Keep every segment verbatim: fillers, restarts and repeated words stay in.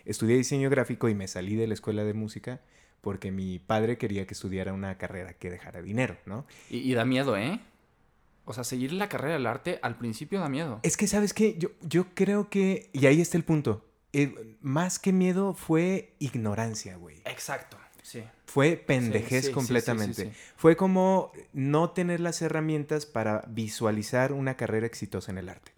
estudié diseño gráfico y me salí de la escuela de música porque mi padre quería que estudiara una carrera que dejara dinero, ¿no? Y, y da miedo, ¿eh? O sea, seguir la carrera del arte al principio da miedo. Es que, ¿sabes qué? Yo, yo creo que, y ahí está el punto, eh, más que miedo fue ignorancia, güey. Exacto, sí. Fue pendejez Sí, sí, completamente. sí, sí, sí, sí. Fue como no tener las herramientas para visualizar una carrera exitosa en el arte.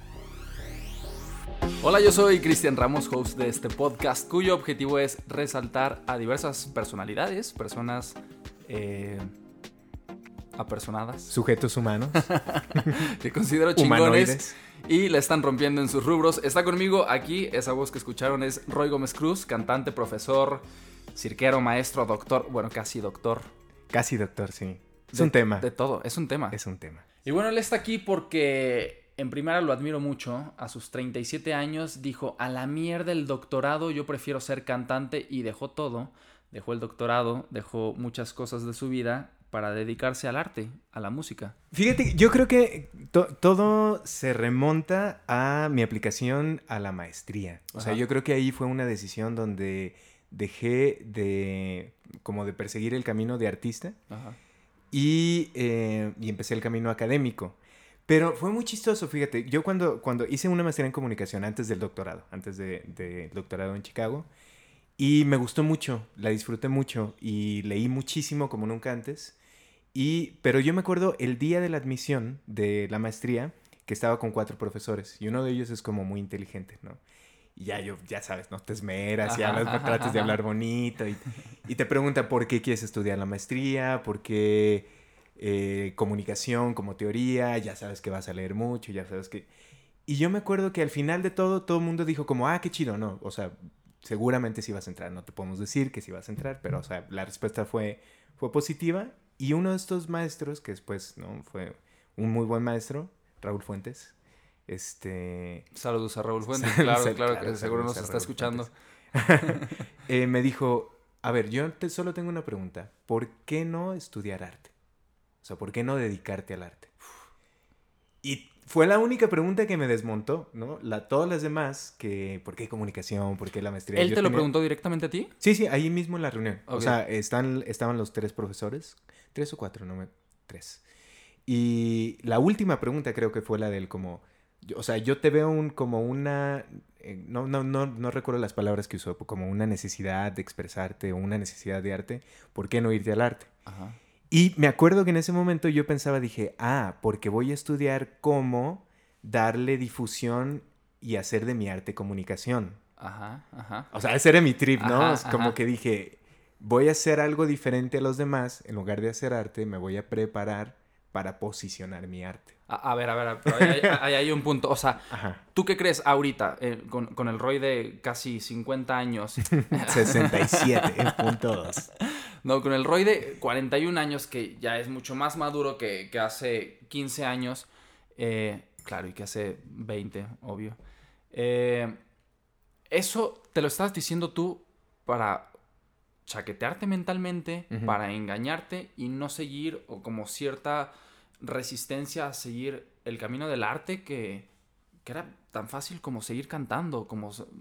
Hola, yo soy Cristian Ramos, host de este podcast, cuyo objetivo es resaltar a diversas personalidades, personas eh, apersonadas, Sujetos humanos. que considero chingones Humanoides. y la están rompiendo en sus rubros. Está conmigo aquí, esa voz que escucharon es Roy Gómez Cruz, cantante, profesor, cirquero, maestro, doctor, bueno, casi doctor. Casi doctor, sí. Es de, un tema. De todo, es un tema. Es un tema. Y bueno, él está aquí porque en primera lo admiro mucho. A sus treinta y siete años dijo, a la mierda el doctorado, yo prefiero ser cantante, y dejó todo. Dejó el doctorado, dejó muchas cosas de su vida para dedicarse al arte, a la música. Fíjate, yo creo que to- todo se remonta a mi aplicación a la maestría. O sea, Ajá. yo creo que ahí fue una decisión donde dejé de, como de perseguir el camino de artista Ajá. y, eh, y empecé el camino académico. Pero fue muy chistoso, fíjate. Yo cuando, cuando hice una maestría en comunicación antes del doctorado, antes de- del doctorado en Chicago, y me gustó mucho, la disfruté mucho y leí muchísimo como nunca antes. Y, pero yo me acuerdo el día de la admisión de la maestría que estaba con cuatro profesores y uno de ellos es como muy inteligente, ¿no? Y ya yo, ya sabes, no te esmeras y Ajá, hablas, ajá, tratas de ajá. hablar bonito y, y te pregunta por qué quieres estudiar la maestría, por qué eh, comunicación como teoría, ya sabes que vas a leer mucho, ya sabes que... Y yo me acuerdo que al final de todo, todo el mundo dijo como, ah, qué chido, ¿no? O sea, seguramente sí vas a entrar, no te podemos decir que sí vas a entrar, pero, o sea, la respuesta fue, fue positiva. Y uno de estos maestros, que después, ¿no? Fue un muy buen maestro, Raúl Fuentes, este... Saludos a Raúl Fuentes, Sal- claro, sal- claro, claro, que seguro saludos nos a está Raúl escuchando. Fuentes. eh, me dijo, a ver, yo te, solo tengo una pregunta. ¿Por qué no estudiar arte? O sea, ¿por qué no dedicarte al arte? Y fue la única pregunta que me desmontó, ¿no? La, todas las demás, que ¿por qué comunicación? ¿Por qué la maestría? ¿Él Yo te lo tenía... preguntó directamente a ti? Sí, sí, ahí mismo en la reunión. Ok. O sea, están, estaban los tres profesores. Tres o cuatro, no me... Tres. Y la última pregunta creo que fue la del como... yo- O sea, yo te veo un, como una... eh, no, no, no, no recuerdo las palabras que usó. Como una necesidad de expresarte o una necesidad de arte. ¿Por qué no irte al arte? Ajá. Y me acuerdo que en ese momento yo pensaba, dije, ah, porque voy a estudiar cómo darle difusión y hacer de mi arte comunicación. Ajá, ajá. O sea, ese era mi trip, ¿no? Ajá, Es como ajá. que dije, voy a hacer algo diferente a los demás. En lugar de hacer arte, me voy a preparar para posicionar mi arte. A, a ver, a ver, a ver, pero ahí hay, ahí hay un punto. O sea, Ajá. ¿tú qué crees ahorita, eh, con, con el Roy de casi cincuenta años? sesenta y siete punto dos. No, con el Roy de cuarenta y un años, que ya es mucho más maduro que, que hace quince años. eh, claro, y que hace veinte, obvio. Eh, eso te lo estás diciendo tú para chaquetearte mentalmente, Ujú. para engañarte y no seguir, o como cierta resistencia a seguir el camino del arte que, que era tan fácil como seguir cantando, como... s-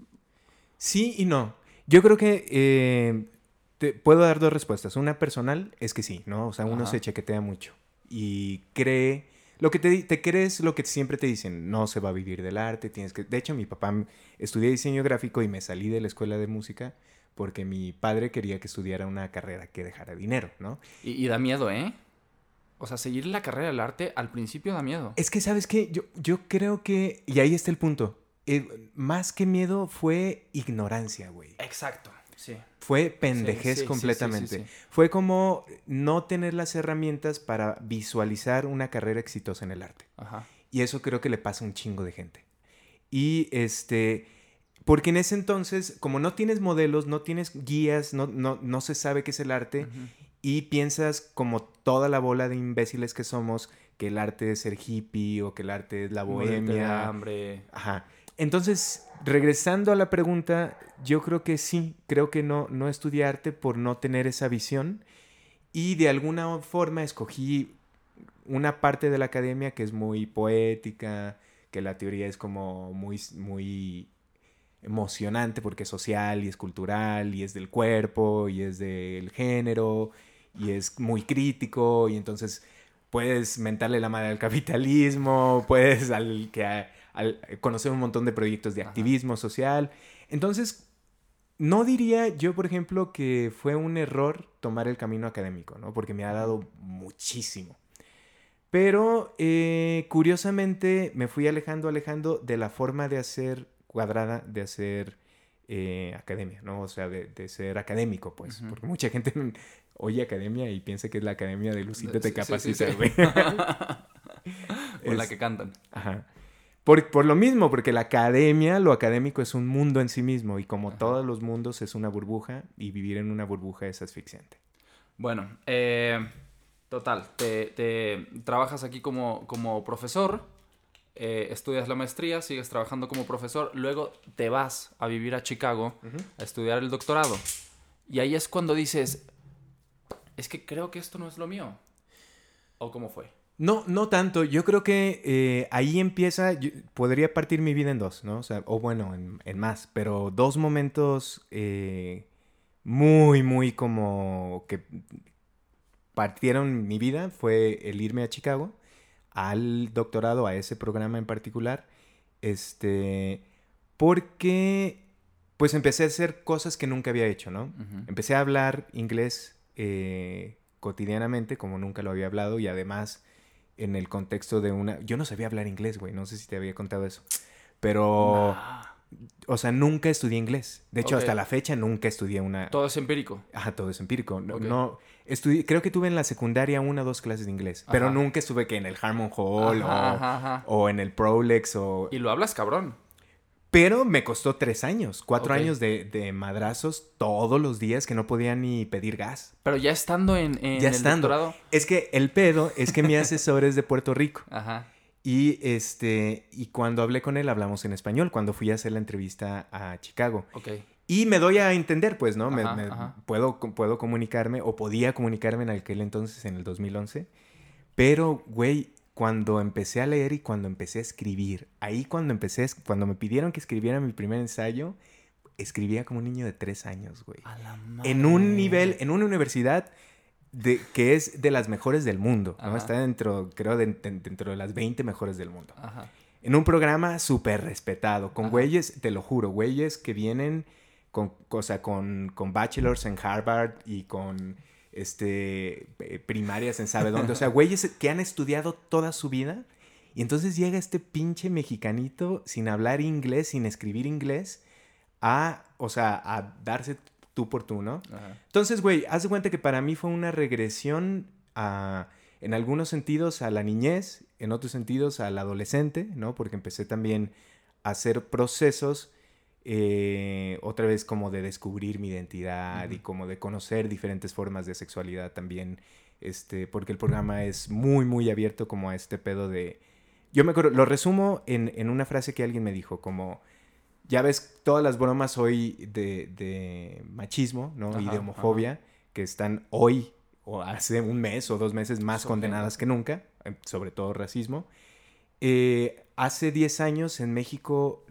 Sí y no. Yo creo que eh, te puedo dar dos respuestas. Una personal es que sí, ¿no? O sea, uno Ajá. se chaquetea mucho y cree... Lo que te, di- te crees lo que siempre te dicen, no se va a vivir del arte, tienes que... De hecho, mi papá, m- estudié diseño gráfico y me salí de la escuela de música porque mi padre quería que estudiara una carrera que dejara dinero, ¿no? Y, y da miedo, ¿eh? O sea, seguir la carrera del arte al principio da miedo. Es que, ¿sabes qué? Yo, yo creo que... Y ahí está el punto. Eh, más que miedo fue ignorancia, güey. Exacto, sí. Fue pendejez Sí, sí, sí, completamente. sí, sí, sí. Fue como no tener las herramientas para visualizar una carrera exitosa en el arte. Ajá. Y eso creo que le pasa a un chingo de gente. Y este... Porque en ese entonces, como no tienes modelos, no tienes guías, no, no, no se sabe qué es el arte, Ujú. y piensas como toda la bola de imbéciles que somos, que el arte es ser hippie o que el arte es la Morirte de bohemia. hambre. Ajá. Entonces, regresando a la pregunta, yo creo que sí, creo que no, no estudié arte por no tener esa visión y de alguna forma escogí una parte de la academia que es muy poética, que la teoría es como muy, muy emocionante porque es social y es cultural y es del cuerpo y es del género y es muy crítico y entonces puedes mentarle la madre al capitalismo, puedes al, que, a, al conocer un montón de proyectos de activismo Ajá. social. Entonces, no diría yo, por ejemplo, que fue un error tomar el camino académico, ¿no? Porque me ha dado muchísimo. Pero, eh, curiosamente, me fui alejando, alejando de la forma de hacer cuadrada, de hacer eh, academia, ¿no? O sea, de, de ser académico, pues. Uh-huh. Porque mucha gente oye academia y piensa que es la academia de Lucita Te Capacita, güey. Sí, sí, sí. O la que cantan. Ajá. Por, por lo mismo, porque la academia, lo académico es un mundo en sí mismo y como Ajá. todos los mundos es una burbuja y vivir en una burbuja es asfixiante. Bueno, eh, total, te, te trabajas aquí como, como profesor, eh, estudias la maestría, sigues trabajando como profesor, luego te vas a vivir a Chicago uh-huh. a estudiar el doctorado y ahí es cuando dices, es que creo que esto no es lo mío. ¿O cómo fue? No, no tanto. Yo creo que eh, ahí empieza, yo, podría partir mi vida en dos, ¿no? O sea, o bueno, en, en más, pero dos momentos eh, muy, muy como que partieron mi vida. Fue el irme a Chicago, al doctorado, a ese programa en particular, este, porque pues empecé a hacer cosas que nunca había hecho, ¿no? Uh-huh. Empecé a hablar inglés eh, cotidianamente, como nunca lo había hablado, y además en el contexto de una... Yo no sabía hablar inglés, güey. No sé si te había contado eso. Pero... Nah. O sea, nunca estudié inglés. De hecho, okay. hasta la fecha nunca estudié una... Todo es empírico. Ajá, todo es empírico. No, okay. no estudié... Creo que tuve en la secundaria una o dos clases de inglés. Ajá. Pero nunca estuve que en el Harmon Hall ajá, o, ajá, ajá. o en el Prolex o... Y lo hablas cabrón. Pero me costó tres años, cuatro okay. años de, de madrazos todos los días que no podía ni pedir gas. Pero ya estando en, en ya el estando. doctorado. Es que el pedo es que mi asesor es de Puerto Rico. Ajá. Y, este, y cuando hablé con él hablamos en español, cuando fui a hacer la entrevista a Chicago. Okay. Y me doy a entender, pues, ¿no? Ajá, me, me, ajá. Puedo, puedo comunicarme, o podía comunicarme en aquel entonces, en el dos mil once. Pero, güey... Cuando empecé a leer y cuando empecé a escribir, ahí cuando empecé, cuando me pidieron que escribiera mi primer ensayo, escribía como un niño de tres años, güey. A la madre. En un nivel, en una universidad de, que es de las mejores del mundo, ¿no? Ajá. Está dentro, creo, de, de, dentro de las veinte mejores del mundo. Ajá. En un programa súper respetado, con Ajá. güeyes, te lo juro, güeyes que vienen con, o sea, con, con bachelors en Harvard y con... este primarias en sabe dónde, o sea, güeyes que han estudiado toda su vida y entonces llega este pinche mexicanito sin hablar inglés, sin escribir inglés a, o sea, a darse tú por tú, ¿no? Ajá. Entonces, güey, haz de cuenta que para mí fue una regresión a, en algunos sentidos a la niñez, en otros sentidos al adolescente, ¿no? Porque empecé también a hacer procesos Eh, otra vez como de descubrir mi identidad uh-huh. y como de conocer diferentes formas de sexualidad también, este, porque el programa es muy, muy abierto como a este pedo de... Yo me acuerdo, lo resumo en, en una frase que alguien me dijo, como, ya ves, todas las bromas hoy de, de machismo, ¿no? Ajá, y de homofobia, ajá. que están hoy, o hace un mes o dos meses, más Sobre. condenadas que nunca, sobre todo racismo. Eh, hace diez años en México...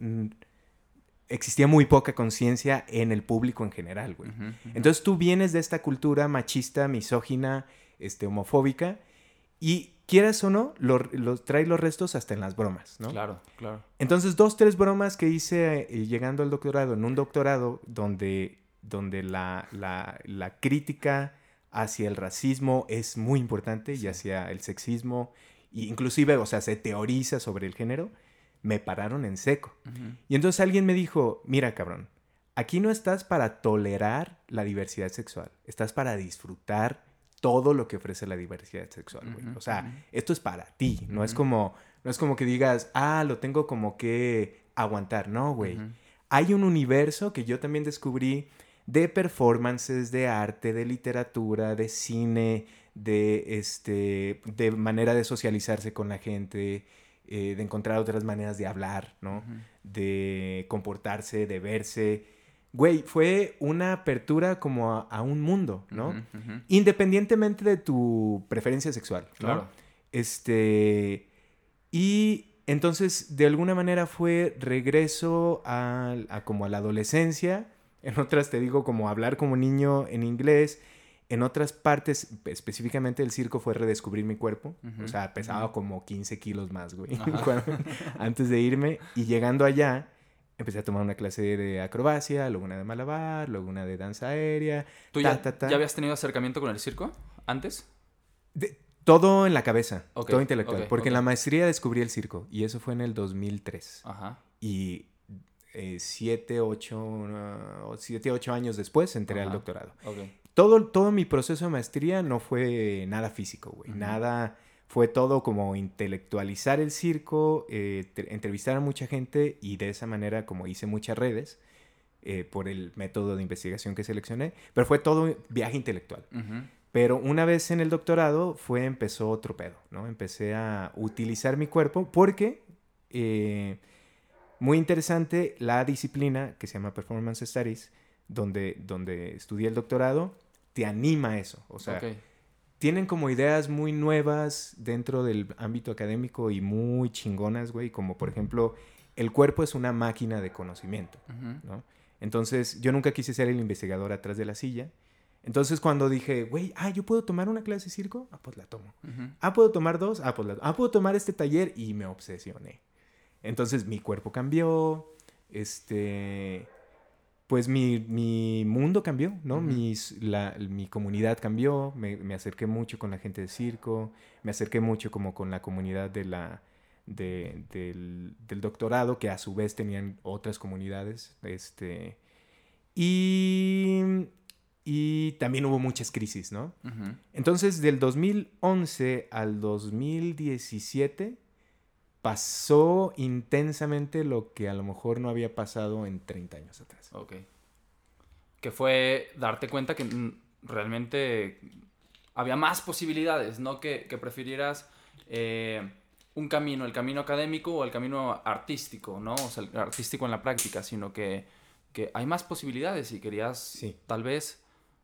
existía muy poca conciencia en el público en general, güey. Uh-huh, uh-huh. Entonces tú vienes de esta cultura machista, misógina, este, homofóbica, y quieras o no, lo, lo, traes los restos hasta en las bromas, ¿no? Claro, claro. Entonces, dos, tres bromas que hice eh, llegando al doctorado, en un doctorado donde, donde la, la, la crítica hacia el racismo es muy importante sí. y hacia el sexismo, e inclusive, o sea, se teoriza sobre el género, me pararon en seco. Uh-huh. Y entonces alguien me dijo, mira, cabrón, aquí no estás para tolerar la diversidad sexual. Estás para disfrutar todo lo que ofrece la diversidad sexual, güey. Uh-huh. O sea, uh-huh. esto es para ti. No, uh-huh. es como, no es como que digas, ah, lo tengo como que aguantar. No, güey. Uh-huh. Hay un universo que yo también descubrí de performances, de arte, de literatura, de cine, de, este, de manera de socializarse con la gente... Eh, de encontrar otras maneras de hablar, ¿no? Uh-huh. De comportarse, de verse. Güey, fue una apertura como a, a un mundo, ¿no? Uh-huh, uh-huh. Independientemente de tu preferencia sexual, ¿no? Claro. Este... Y Entonces, de alguna manera fue regreso a, a como a la adolescencia. En otras te digo como hablar como niño en inglés. En otras partes, específicamente el circo, fue redescubrir mi cuerpo. Uh-huh, o sea, pesaba uh-huh. como quince kilos más, güey. Antes de irme. Y llegando allá, empecé a tomar una clase de acrobacia, luego una de malabar, luego una de danza aérea. ¿Tú ta, ya, ta, ta. ya habías tenido acercamiento con el circo antes? De, todo en la cabeza, okay, todo intelectual. Okay, porque okay. en la maestría descubrí el circo. Y eso fue en el dos mil tres. Ajá. Y eh, siete, ocho, uh, siete, ocho años después entré Ajá. al doctorado. Okay. Todo, todo mi proceso de maestría no fue nada físico, güey. Uh-huh. Nada, fue todo como intelectualizar el circo, eh, te, entrevistar a mucha gente y de esa manera como hice muchas redes eh, por el método de investigación que seleccioné. Pero fue todo viaje intelectual. Uh-huh. Pero una vez en el doctorado fue, empezó otro pedo, ¿no? Empecé a utilizar mi cuerpo porque, eh, muy interesante, la disciplina que se llama Performance Studies, donde, donde estudié el doctorado, te anima a eso. O sea, okay. tienen como ideas muy nuevas dentro del ámbito académico y muy chingonas, güey. Como, por ejemplo, el cuerpo es una máquina de conocimiento, uh-huh. ¿no? Entonces, yo nunca quise ser el investigador atrás de la silla. Entonces, cuando dije, güey, ah, ¿yo puedo tomar una clase de circo? Ah, pues la tomo. Uh-huh. Ah, ¿puedo tomar dos? Ah, pues la tomo. Ah, ¿puedo tomar este taller? Y me obsesioné. Entonces, mi cuerpo cambió, este... Pues mi, mi mundo cambió, ¿no? Uh-huh. Mis, la, mi comunidad cambió, me, me acerqué mucho con la gente de circo, me acerqué mucho como con la comunidad de la, de, del, del doctorado, que a su vez tenían otras comunidades, este... Y... Y también hubo muchas crisis, ¿no? Uh-huh. Entonces, del dos mil once al dos mil diecisiete... pasó intensamente lo que a lo mejor no había pasado en treinta años atrás. Ok. Que fue darte cuenta que realmente había más posibilidades, no que, que prefirieras eh, un camino, el camino académico o el camino artístico, ¿no? O sea, el artístico en la práctica, sino que, que hay más posibilidades y querías sí. tal vez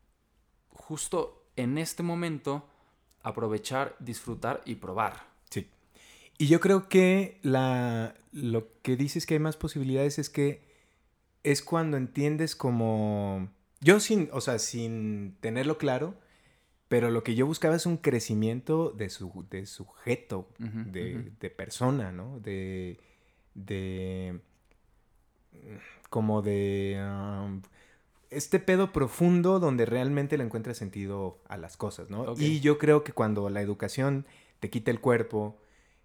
justo en este momento aprovechar, disfrutar y probar. Sí. Y yo creo que la, lo que dices que hay más posibilidades es que es cuando entiendes como... Yo sin, o sea, sin tenerlo claro, pero lo que yo buscaba es un crecimiento de, su, de sujeto, uh-huh, de, uh-huh. de persona, ¿no? De... de como de... Um, este pedo profundo donde realmente le encuentras sentido a las cosas, ¿no? Okay. Y yo creo que cuando la educación te quita el cuerpo...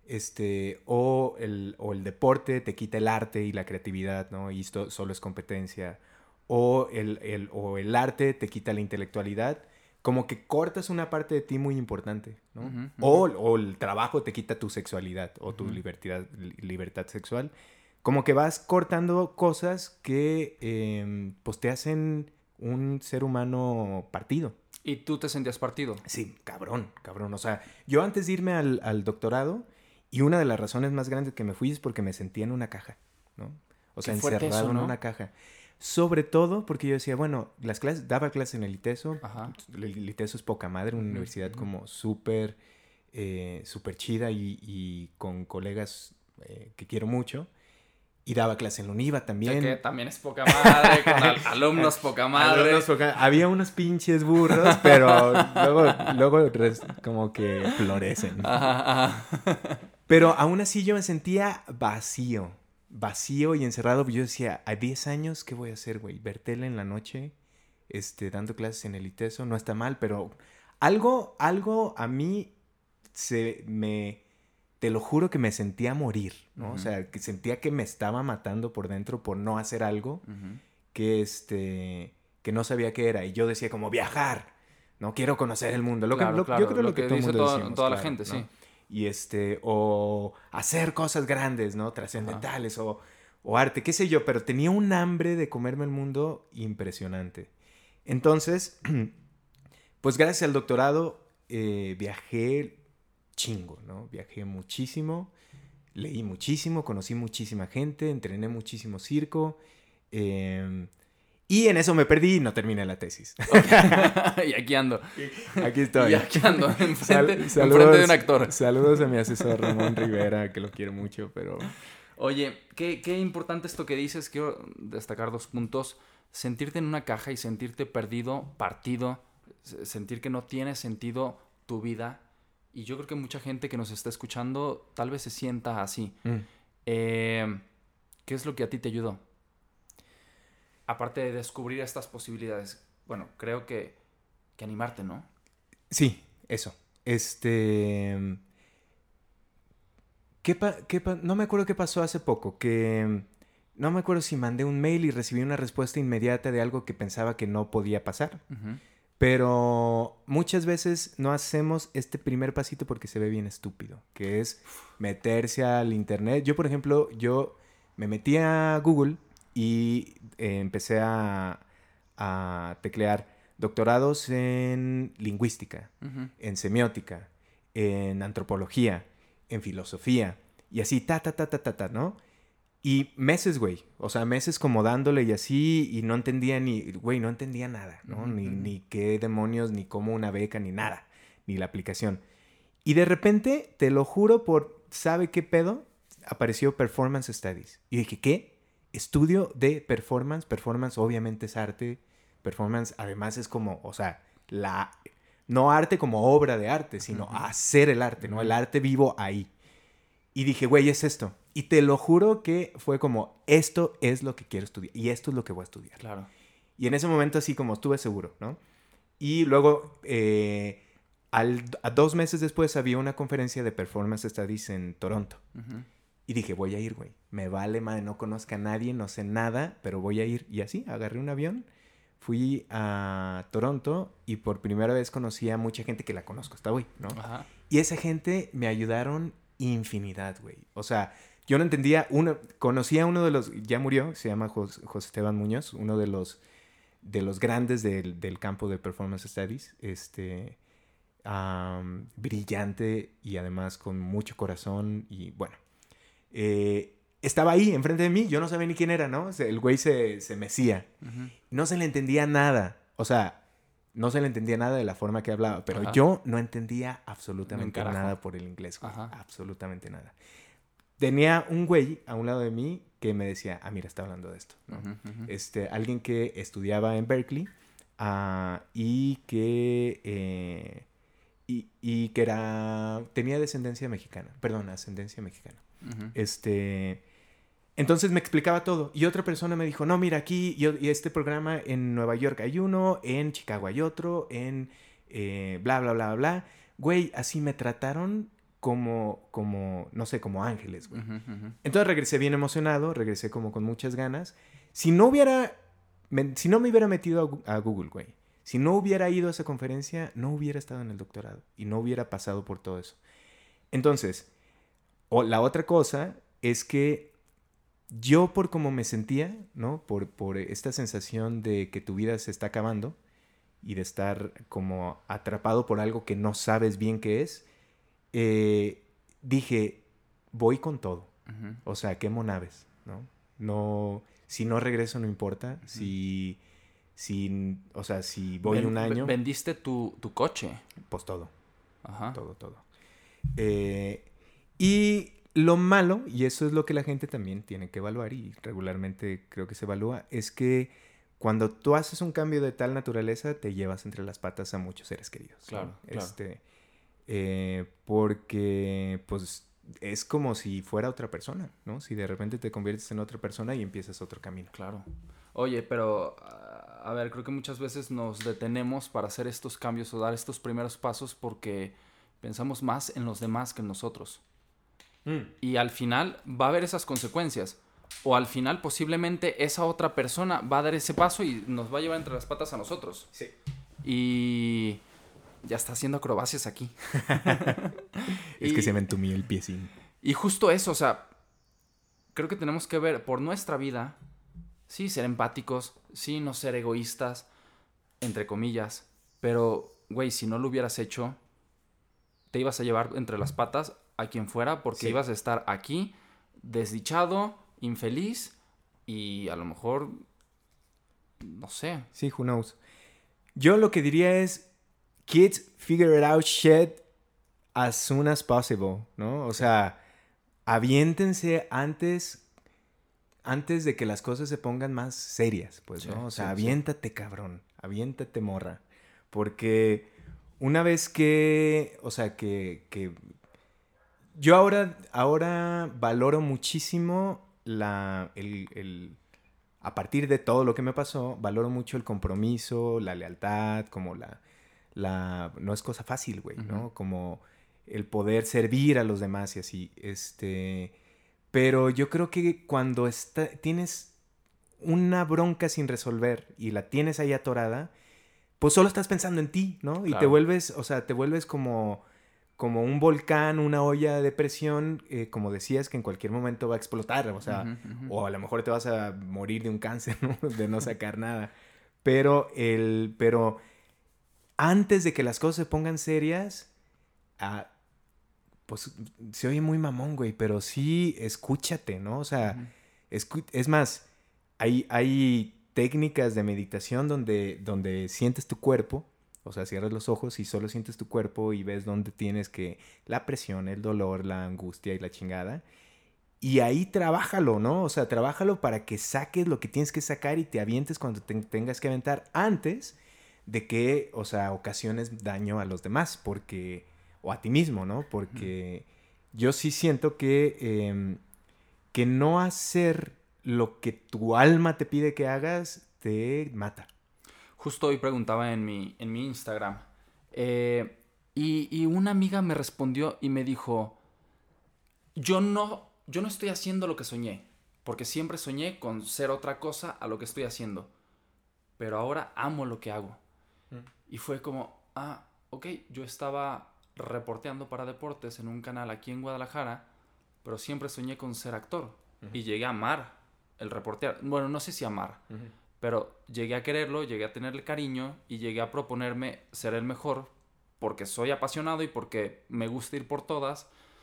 Este, o, el, o el deporte te quita el arte y la creatividad, ¿no? Y esto solo es competencia. O el, el, o el arte te quita la intelectualidad. Como que cortas una parte de ti muy importante, ¿no? Uh-huh, uh-huh. O, o el trabajo te quita tu sexualidad o tu uh-huh. libertad, libertad sexual. Como que vas cortando cosas que eh, pues te hacen un ser humano partido. ¿Y tú te sentías partido? Sí, cabrón, cabrón. O sea, yo antes de irme al, al doctorado... Y una de las razones más grandes que me fui es porque me sentía en una caja, ¿no? O sea, encerrado eso, ¿no? en una caja. Sobre todo porque yo decía, bueno, las clases, daba clases en el ITESO. Ajá. El ITESO es poca madre, una uh-huh, universidad uh-huh. como súper, eh, súper chida y, y con colegas eh, que quiero mucho. Y daba clase en la UNIVA también. Que también es poca madre, con al- alumnos poca madre. Alumnos poca... Había unos pinches burros, pero luego, luego res... como que florecen. Ajá, ajá. Pero aún así yo me sentía vacío, vacío y encerrado. Yo decía, a diez años, ¿qué voy a hacer, güey? Ver tele en la noche, este, dando clases en el ITESO, no está mal, pero algo, algo a mí se me... Te lo juro que me sentía morir, ¿no? Uh-huh. O sea, que sentía que me estaba matando por dentro por no hacer algo uh-huh. que, este, que no sabía qué era. Y yo decía como viajar, ¿no? Quiero conocer el mundo. Lo claro, que, lo, claro, yo creo lo lo que, que todo el dice mundo toda, decimos, toda la claro, gente, ¿no? sí. Y este, o hacer cosas grandes, ¿no? Trascendentales o, o arte, qué sé yo. Pero tenía un hambre de comerme el mundo impresionante. Entonces, pues gracias al doctorado eh, viajé chingo, ¿no? Viajé muchísimo, leí muchísimo, conocí muchísima gente, entrené muchísimo circo. Eh, Y en eso me perdí y no terminé la tesis. Okay. Y aquí ando. Aquí estoy. Y aquí ando, enfrente, Sal- saludos, enfrente de un actor. Saludos a mi asesor Ramón Rivera, que lo quiero mucho, pero... Oye, qué, qué importante esto que dices. Quiero destacar dos puntos. Sentirte en una caja y sentirte perdido, partido, sentir que no tiene sentido tu vida. Y yo creo que mucha gente que nos está escuchando tal vez se sienta así. Mm. Eh, ¿Qué es lo que a ti te ayudó? Aparte de descubrir estas posibilidades. Bueno, creo que, que animarte, ¿no? Sí, eso. Este... ¿Qué pa- qué pa- no me acuerdo qué pasó hace poco, que no me acuerdo si mandé un mail y recibí una respuesta inmediata de algo que pensaba que no podía pasar. Uh-huh. Pero muchas veces no hacemos este primer pasito porque se ve bien estúpido, que es meterse al internet. Yo, por ejemplo, yo me metí a Google y eh, empecé a, a teclear doctorados en lingüística, Uh-huh. en semiótica, en antropología, en filosofía, y así, ta, ta, ta, ta, ta, ta, ¿no? Y meses, güey, o sea, meses como dándole y así, y no entendía ni, güey, no entendía nada, ¿no? Uh-huh. Ni, ni qué demonios, ni cómo una beca, ni nada, ni la aplicación. Y de repente, te lo juro por, ¿sabe qué pedo? Apareció Performance Studies. Y dije, ¿qué? Estudio de performance, performance obviamente es arte, performance además es como, o sea, la... No arte como obra de arte, sino Uh-huh. hacer el arte, ¿no? El arte vivo ahí. Y dije, güey, es esto. Y te lo juro que fue como, esto es lo que quiero estudiar. Y esto es lo que voy a estudiar. Claro. Y en ese momento así como estuve seguro, ¿no? Y luego, eh, al, a dos meses después había una conferencia de Performance Studies en Toronto. Uh-huh. Y dije, voy a ir, güey. Me vale, madre, no conozca a nadie, no sé nada, pero voy a ir. Y así, agarré un avión. Fui a Toronto y por primera vez conocí a mucha gente que la conozco hasta hoy, ¿no? Ajá. Y esa gente me ayudaron infinidad, güey. O sea, yo no entendía, uno, conocí a uno de los, ya murió, se llama Jos, José Esteban Muñoz, uno de los, de los grandes del, del campo de Performance Studies, este, um, brillante y además con mucho corazón y bueno, eh, estaba ahí enfrente de mí, yo no sabía ni quién era, ¿no? O sea, el güey se, se mecía. Uh-huh. No se le entendía nada. O sea, no se le entendía nada de la forma que hablaba. Pero Ajá. yo no entendía absolutamente Un carajo. nada por el inglés, güey. Ajá. Absolutamente nada. Tenía un güey a un lado de mí que me decía, ah, mira, está hablando de esto, ¿no? Uh-huh. Uh-huh. Este, alguien que estudiaba en Berkeley uh, y que... Eh, y, y que era... Tenía descendencia mexicana. Perdón, ascendencia mexicana. Uh-huh. Este... Entonces me explicaba todo. Y otra persona me dijo, no, mira, aquí y, y este programa en Nueva York hay uno, en Chicago hay otro, en eh, bla, bla, bla, bla. Güey, así me trataron como, como no sé, como ángeles, güey. Uh-huh. Uh-huh. Entonces regresé bien emocionado, regresé como con muchas ganas. Si no hubiera, me, si no me hubiera metido a, a Google, güey, si no hubiera ido a esa conferencia, no hubiera estado en el doctorado y no hubiera pasado por todo eso. Entonces, o, la otra cosa es que yo por cómo me sentía, ¿no? Por, por esta sensación de que tu vida se está acabando y de estar como atrapado por algo que no sabes bien qué es, eh, dije, voy con todo. Uh-huh. O sea, quemo naves, ¿no? No, si no regreso no importa. Uh-huh. Si, si, o sea, si voy Ven- un año, Vendiste tu, tu coche. pues todo. Ajá. Todo, todo. Eh, y lo malo, y eso es lo que la gente también tiene que evaluar, y regularmente creo que se evalúa, es que cuando tú haces un cambio de tal naturaleza, te llevas entre las patas a muchos seres queridos. Claro, ¿no? claro. Este, eh, porque, pues, es como si fuera otra persona, ¿no? Si de repente te conviertes en otra persona y empiezas otro camino. Claro. Oye, pero, uh, a ver, creo que muchas veces nos detenemos para hacer estos cambios o dar estos primeros pasos porque pensamos más en los demás que en nosotros. Mm. Y al final va a haber esas consecuencias. O al final posiblemente esa otra persona va a dar ese paso y nos va a llevar entre las patas a nosotros. Sí. Y ya está haciendo acrobacias aquí. Es y, que se me entumía el piecín. Y justo eso, o sea, creo que tenemos que ver por nuestra vida, sí, ser empáticos, sí, no ser egoístas, entre comillas, pero, güey, si no lo hubieras hecho, te ibas a llevar entre las patas a quien fuera porque sí. ibas a estar aquí desdichado, infeliz y a lo mejor no sé. Sí, who knows. Yo lo que diría es, kids, figure it out shit as soon as possible, ¿no? O sea, aviéntense antes, antes de que las cosas se pongan más serias, pues, ¿no? Sí, O sea, sí, aviéntate, cabrón. Aviéntate, morra. Porque una vez que, o sea, que, que yo ahora, ahora valoro muchísimo la, el, el, a partir de todo lo que me pasó, valoro mucho el compromiso, la lealtad, como la, la, no es cosa fácil, güey, ¿no? Ujú. Como el poder servir a los demás y así, este, pero yo creo que cuando está, tienes una bronca sin resolver y la tienes ahí atorada, pues solo estás pensando en ti, ¿no? Y te Claro. vuelves, o sea, te vuelves como, como un volcán, una olla de presión, eh, como decías, que en cualquier momento va a explotar, o sea, Ujú, ujú. o a lo mejor te vas a morir de un cáncer, ¿no? De no sacar nada. Pero, el, pero antes de que las cosas se pongan serias, ah, pues se oye muy mamón, güey, pero sí escúchate, ¿no? O sea, Ujú. escu- es más, hay, hay técnicas de meditación donde, donde sientes tu cuerpo, o sea, cierras los ojos y solo sientes tu cuerpo y ves dónde tienes que la presión, el dolor, la angustia y la chingada. Y ahí trabájalo, ¿no? O sea, trabájalo para que saques lo que tienes que sacar y te avientes cuando te tengas que aventar antes de que, o sea, ocasiones daño a los demás, porque, o a ti mismo, ¿no? Ujú. Porque yo sí siento que, eh, que no hacer lo que tu alma te pide que hagas te mata. Justo hoy preguntaba en mi, en mi Instagram. eh, y, y una amiga me respondió y me dijo, yo no, yo no estoy haciendo lo que soñé, porque siempre soñé con ser otra cosa a lo que estoy haciendo, pero ahora amo lo que hago. Mm. Y fue como, ah, ok, yo estaba reporteando para deportes en un canal aquí en Guadalajara, pero siempre soñé con ser actor. Ujú. Y llegué a amar el reportear. Bueno, no sé si amar, Ujú. pero llegué a quererlo, llegué a tenerle cariño y llegué a proponerme ser el mejor porque soy apasionado y porque me gusta ir por todas.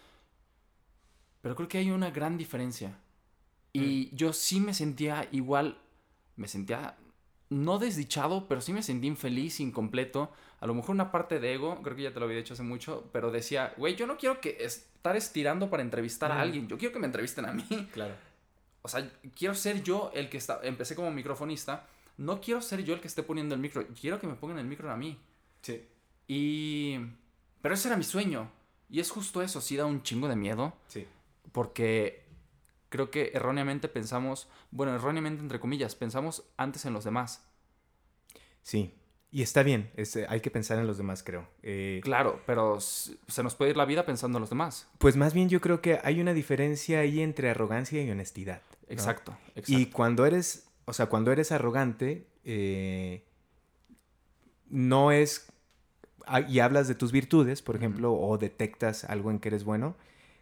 Pero creo que hay una gran diferencia. Mm. Y yo sí me sentía igual, me sentía no desdichado, pero sí me sentí infeliz, incompleto. A lo mejor una parte de ego, creo que ya te lo había dicho hace mucho, pero decía, güey, yo no quiero que estar estirando para entrevistar a Mm. alguien, yo quiero que me entrevisten a mí. Claro. O sea, quiero ser yo el que está, empecé como microfonista, no quiero ser yo el que esté poniendo el micro, quiero que me pongan el micro a mí. Sí. Y... Pero ese era mi sueño. Y es justo eso, sí da un chingo de miedo, Sí. porque creo que erróneamente pensamos, bueno, erróneamente entre comillas, pensamos antes en los demás. Sí. Y está bien, es, hay que pensar en los demás, creo. Eh, Claro, pero s- se nos puede ir la vida pensando en los demás. Pues más bien yo creo que hay una diferencia ahí entre arrogancia y honestidad, ¿no? Exacto, Y exacto. cuando eres, o sea, cuando eres arrogante, eh, no es, ah, y hablas de tus virtudes, por Ujú. ejemplo, o detectas algo en que eres bueno,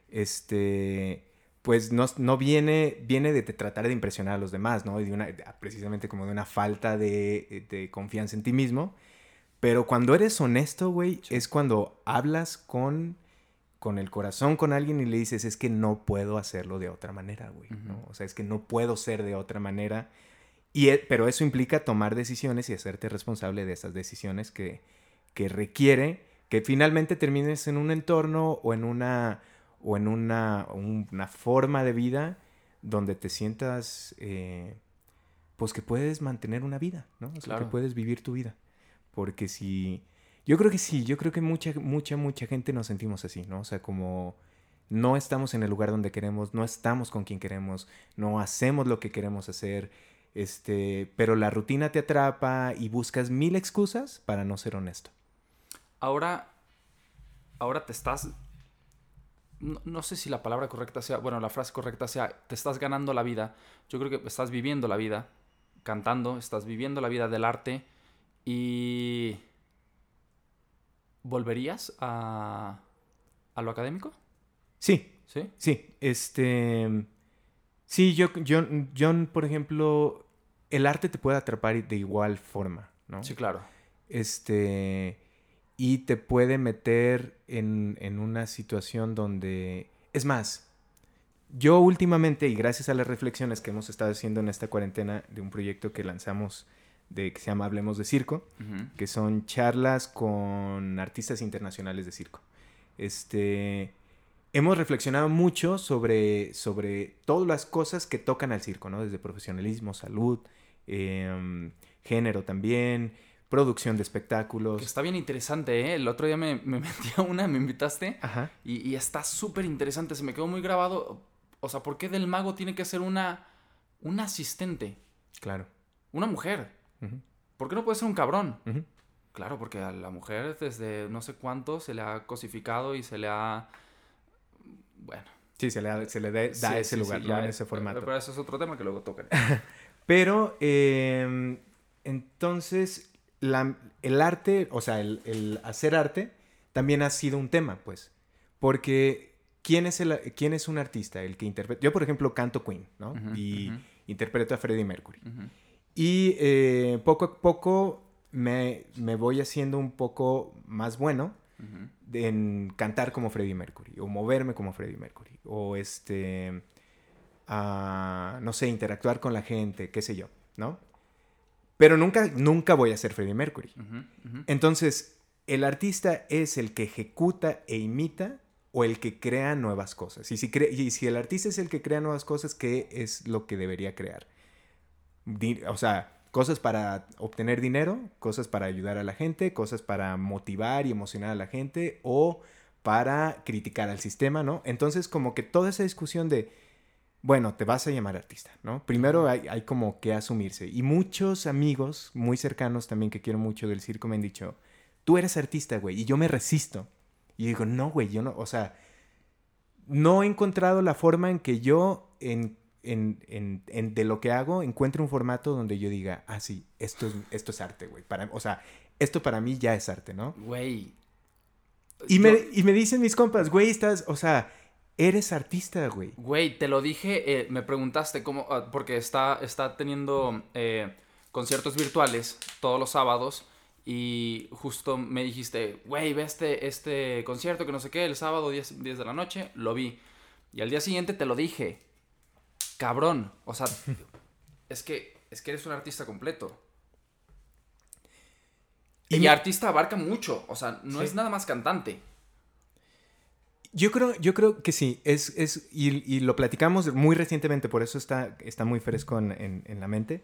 este, pues no, no viene, viene de te- tratar de impresionar a los demás, ¿no? Y de una, precisamente como de una falta de, de confianza en ti mismo. Pero cuando eres honesto, güey, Sí. es cuando hablas con con el corazón con alguien y le dices, es que no puedo hacerlo de otra manera, güey, Ujú. ¿no? O sea, es que no puedo ser de otra manera. Y, e- pero eso implica tomar decisiones y hacerte responsable de esas decisiones que, que requiere que finalmente termines en un entorno o en una, o en una, un- una forma de vida donde te sientas, eh, pues que puedes mantener una vida, ¿no? O sea, que Claro. puedes vivir tu vida. Porque si... Yo creo que sí, yo creo que mucha, mucha, mucha gente nos sentimos así, ¿no? O sea, como no estamos en el lugar donde queremos, no estamos con quien queremos, no hacemos lo que queremos hacer, este, pero la rutina te atrapa y buscas mil excusas para no ser honesto. Ahora, ahora te estás, no, no sé si la palabra correcta sea, bueno, la frase correcta sea, te estás ganando la vida. Yo creo que estás viviendo la vida, cantando, estás viviendo la vida del arte y ¿volverías a, a lo académico? Sí, ¿Sí? sí, este... Sí, yo, yo, yo, por ejemplo, el arte te puede atrapar de igual forma, ¿no? Sí, claro. Este, y te puede meter en, en una situación donde... Es más, yo últimamente, y gracias a las reflexiones que hemos estado haciendo en esta cuarentena de un proyecto que lanzamos de que se llama Hablemos de Circo, Uh-huh. que son charlas con artistas internacionales de circo. Este, hemos reflexionado mucho sobre, sobre todas las cosas que tocan al circo, ¿no? Desde profesionalismo, salud, eh, género también, producción de espectáculos. Que está bien interesante, ¿eh? El otro día me, me metí a una, me invitaste. Ajá. Y, y está súper interesante, se me quedó muy grabado. O sea, ¿por qué del mago tiene que ser una, una asistente? Claro. Una mujer. Uh-huh. ¿Por qué no puede ser un cabrón? Uh-huh. Claro, porque a la mujer desde no sé cuánto se le ha cosificado y se le ha... Bueno. Sí, se le da, se le da, da Sí, ese sí, lugar, sí, ¿no? ya, En ese formato. Pero eso es otro tema que luego tocan. Pero, eh, entonces, la, el arte, o sea, el, el hacer arte también ha sido un tema, pues. Porque, ¿quién es, el, quién es un artista? El que interpreta... Yo, por ejemplo, canto Queen, ¿no? Uh-huh, y uh-huh. interpreto a Freddie Mercury. Uh-huh. Y eh, poco a poco me, me voy haciendo un poco más bueno Uh-huh. de, en cantar como Freddie Mercury, o moverme como Freddie Mercury, o este... Uh, no sé, interactuar con la gente, qué sé yo, ¿no? Pero nunca, nunca voy a ser Freddie Mercury. Uh-huh, uh-huh. Entonces, ¿el artista es el que ejecuta e imita o el que crea nuevas cosas? Y si, cre- y si el artista es el que crea nuevas cosas, ¿qué es lo que debería crear? Di- o sea, cosas para obtener dinero, cosas para ayudar a la gente, cosas para motivar y emocionar a la gente o para criticar al sistema, ¿no? Entonces, como que toda esa discusión de... Bueno, te vas a llamar artista, ¿no? Primero hay, hay como que asumirse. Y muchos amigos muy cercanos también que quiero mucho del circo me han dicho, tú eres artista, güey, y yo me resisto. Y digo, no, güey, yo no, o sea, no he encontrado la forma en que yo, en, en, en, en de lo que hago, encuentre un formato donde yo diga, ah, sí, esto es, esto es arte, güey. Para, o sea, esto para mí ya es arte, ¿no? Güey. Y, Yo... me, y me dicen mis compas, güey, estás, o sea... Eres artista, güey. Güey, te lo dije, eh, me preguntaste cómo, uh, porque está, está teniendo eh, conciertos virtuales todos los sábados y justo me dijiste, güey, ve este, este concierto que no sé qué, el sábado diez de la noche, lo vi. Y al día siguiente te lo dije, cabrón, o sea, es que, es que eres un artista completo. Y, y mi artista abarca mucho, o sea, no sí. es nada más cantante. Yo creo, yo creo que sí, es, es, y, y lo platicamos muy recientemente, por eso está, está muy fresco en, en, en la mente.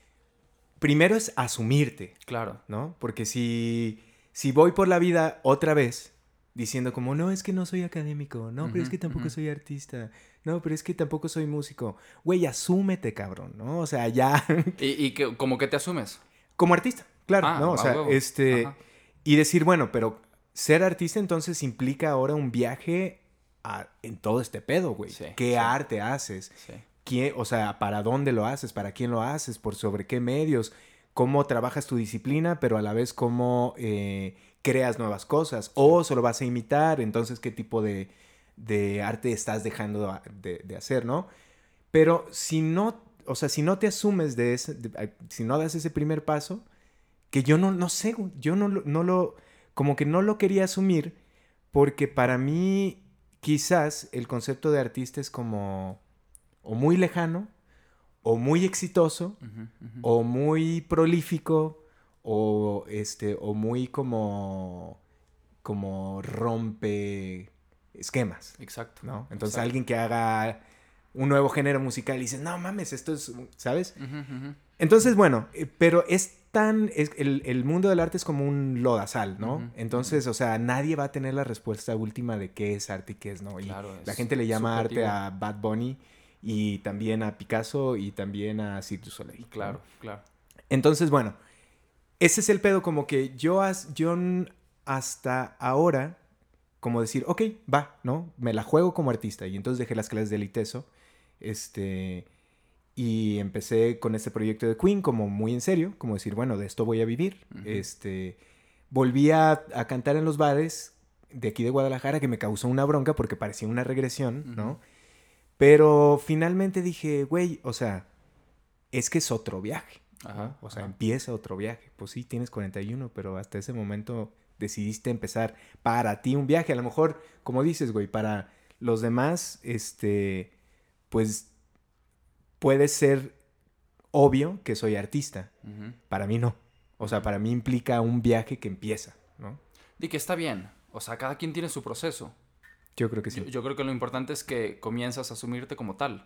Primero es asumirte. Claro. ¿No? Porque si, si voy por la vida otra vez diciendo como, no, es que no soy académico, no, uh-huh, pero es que tampoco uh-huh. soy artista, no, pero es que tampoco soy músico. Güey, asúmete, cabrón, ¿no? O sea, ya... ¿Y, y que, cómo que te asumes? Como artista, claro, ah, ¿no? O sea, huevo. este... Ajá. Y decir, bueno, pero... Ser artista entonces implica ahora un viaje a, en todo este pedo, güey. Sí, ¿Qué sí. arte haces? Sí. ¿Quién, o sea, ¿para dónde lo haces? ¿Para quién lo haces? ¿Por sobre qué medios? ¿Cómo trabajas tu disciplina? Pero a la vez, ¿cómo eh, creas nuevas cosas? Sí. ¿O solo vas a imitar? Entonces, ¿qué tipo de, de arte estás dejando de, de hacer, no? Pero si no, o sea, si no te asumes de ese... De, si no das ese primer paso, que yo no, no sé, yo no, no lo... Como que no lo quería asumir porque para mí quizás el concepto de artista es como o muy lejano o muy exitoso uh-huh, uh-huh. o muy prolífico o este o muy como como rompe esquemas. Exacto. ¿No? Entonces Exacto. alguien que haga un nuevo género musical y dice, no mames, esto es, ¿sabes? Uh-huh, uh-huh. Entonces, bueno, eh, pero es tan... Es, el, el mundo del arte es como un lodazal, ¿no? Uh-huh, Entonces, uh-huh. o sea, nadie va a tener la respuesta última de qué es arte y qué es no. Y claro, la gente le llama subjetivo. arte a Bad Bunny y también a Picasso y también a Cirque du Soleil. Claro, ¿no? claro. Entonces, bueno, ese es el pedo como que yo, as, yo hasta ahora, como decir, ok, va, ¿no? Me la juego como artista. Y entonces dejé las clases del ITESO, este... Y empecé con este proyecto de Queen como muy en serio, como decir, bueno, de esto voy a vivir. Uh-huh. Este, volví a, a cantar en los bares de aquí de Guadalajara, que me causó una bronca porque parecía una regresión, uh-huh. ¿no? Pero finalmente dije, güey, o sea, es que es otro viaje. Ajá, ¿no? O sea, ajá. empieza otro viaje. Pues sí, tienes cuarenta y uno, pero hasta ese momento decidiste empezar para ti un viaje. A lo mejor, como dices, güey, para los demás, este, pues... puede ser obvio que soy artista. Uh-huh. Para mí no. O sea, para mí implica un viaje que empieza, ¿no? Y que está bien. O sea, cada quien tiene su proceso. Yo creo que sí. Yo, yo creo que lo importante es que comienzas a asumirte como tal.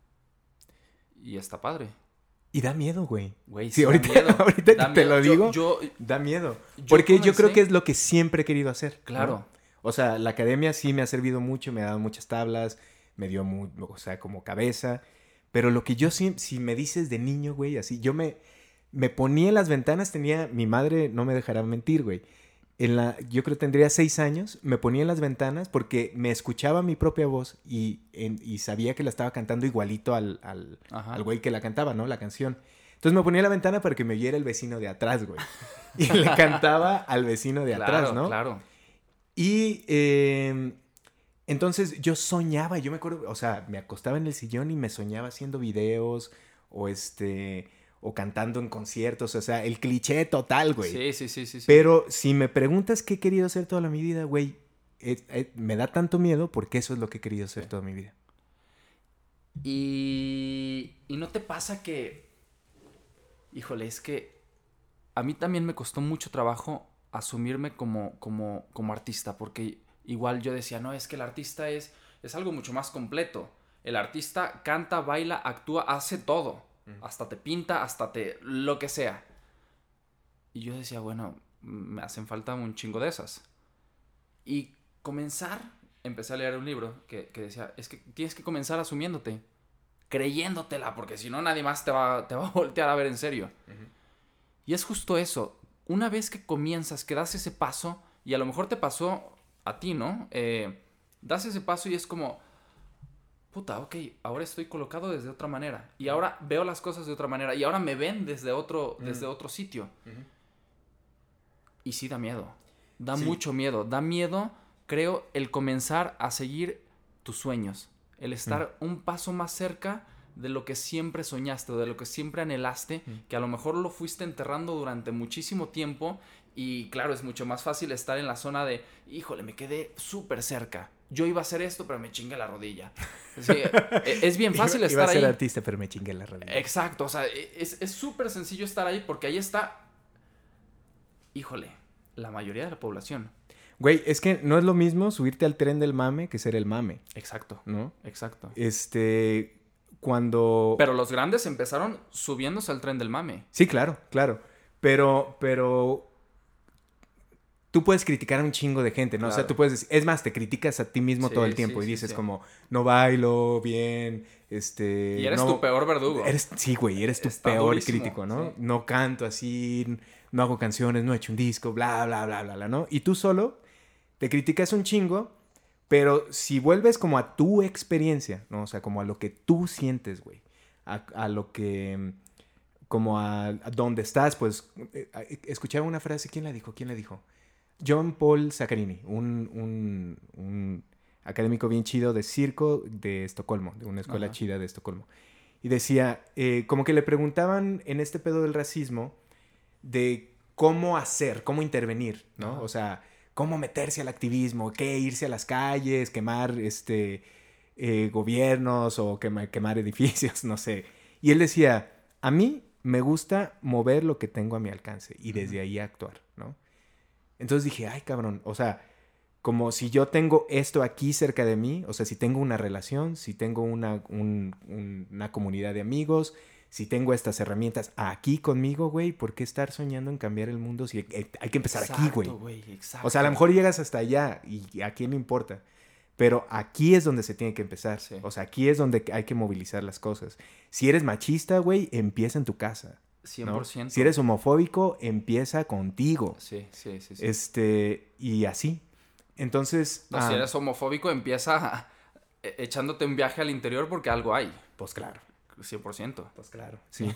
Y está padre. Y da miedo, güey. Güey, sí, sí, ahorita, da miedo. ahorita Da que te miedo. lo Yo- digo, yo- da miedo. yo Porque yo comencé- creo que es lo que siempre he querido hacer. ¿no? Claro. O sea, la academia sí me ha servido mucho, me ha dado muchas tablas, me dio, mu- o sea, como cabeza. Pero lo que yo sí, si me dices de niño, güey, así, yo me, me ponía en las ventanas, tenía, mi madre no me dejará mentir, güey. En la, yo creo que tendría seis años, me ponía en las ventanas porque me escuchaba mi propia voz y, en- y sabía que la estaba cantando igualito al, al, Ajá. al güey que la cantaba, ¿no? La canción. Entonces me ponía en la ventana para que me oyera el vecino de atrás, güey. Y le cantaba al vecino de Claro, atrás, ¿no? claro. Y eh, entonces yo soñaba, yo me acuerdo, o sea, me acostaba en el sillón y me soñaba haciendo videos o este o cantando en conciertos, o sea, el cliché total, güey. Sí, sí, sí, sí, sí. Pero si me preguntas qué he querido hacer toda mi vida, güey, eh, eh, me da tanto miedo porque eso es lo que he querido hacer toda mi vida. Y, y no te pasa que, híjole, es que a mí también me costó mucho trabajo asumirme como, como, como artista, porque igual yo decía, no, es que el artista es, es algo mucho más completo. El artista canta, baila, actúa, hace todo. Mm. Hasta te pinta, hasta te... lo que sea. Y yo decía, bueno, me hacen falta un chingo de esas. Y comenzar, empecé a leer un libro que, que decía, es que tienes que comenzar asumiéndote, creyéndotela, porque si no nadie más te va, te va a voltear a ver en serio. Uh-huh. Y es justo eso. Una vez que comienzas, que das ese paso, y a lo mejor te pasó a ti, ¿no? Eh, das ese paso y es como, puta, ok, ahora estoy colocado desde otra manera. Y ahora veo las cosas de otra manera. Y ahora me ven desde otro, uh-huh. desde otro sitio. Uh-huh. Y sí da miedo. Da sí. mucho miedo. Da miedo, creo, el comenzar a seguir tus sueños. El estar uh-huh. un paso más cerca de lo que siempre soñaste o de lo que siempre anhelaste, mm. que a lo mejor lo fuiste enterrando durante muchísimo tiempo y claro, es mucho más fácil estar en la zona de, híjole, me quedé súper cerca. Yo iba a hacer esto, pero me chingué la rodilla. Sí, es bien fácil iba, estar ahí. Iba a ser ahí. artista, pero me chingué la rodilla. Exacto, o sea, es súper sencillo estar ahí porque ahí está, híjole, la mayoría de la población. Güey, es que no es lo mismo subirte al tren del mame que ser el mame. Exacto, ¿no? Exacto. Este... Cuando... Pero los grandes empezaron subiéndose al tren del mame. Sí, claro, claro. Pero, pero... Tú puedes criticar a un chingo de gente, ¿no? Claro. O sea, tú puedes decir... Es más, te criticas a ti mismo sí, todo el tiempo. Sí, y dices sí, sí. como... No bailo bien, este... Y eres no, tu peor verdugo. Eres, sí, güey. Eres tu Está peor durísimo. crítico, ¿no? Sí. No canto así... No hago canciones, no he hecho un disco, bla, bla, bla, bla, bla, ¿no? Y tú solo te criticas un chingo... Pero si vuelves como a tu experiencia, ¿no? O sea, como a lo que tú sientes, güey. A, a lo que... Como a, a donde estás, pues... Eh, escuchaba una frase, ¿quién la dijo? ¿Quién la dijo? John Paul Zaccarini, un, un, un académico bien chido de circo de Estocolmo, de una escuela Ajá. chida de Estocolmo. Y decía, eh, como que le preguntaban en este pedo del racismo de cómo hacer, cómo intervenir, ¿no? Ajá. O sea... cómo meterse al activismo, qué irse a las calles, quemar este, eh, gobiernos o quemar, quemar edificios, no sé. Y él decía, a mí me gusta mover lo que tengo a mi alcance y desde ahí actuar, ¿no? Entonces dije, ay, cabrón, o sea, como si yo tengo esto aquí cerca de mí, o sea, si tengo una relación, si tengo una, un, un, una comunidad de amigos... Si tengo estas herramientas aquí conmigo, güey, ¿por qué estar soñando en cambiar el mundo si hay que empezar exacto, aquí, güey? güey o sea, a lo mejor llegas hasta allá y a quién le importa. Pero aquí es donde se tiene que empezar. Sí. O sea, aquí es donde hay que movilizar las cosas. Si eres machista, güey, empieza en tu casa. cien por ciento. ¿no? Si eres homofóbico, empieza contigo. Sí, sí, sí. sí. Este, y así. Entonces... No, ah, si eres homofóbico, empieza echándote un viaje al interior porque algo hay. Pues claro. cien por ciento. Pues claro, sí.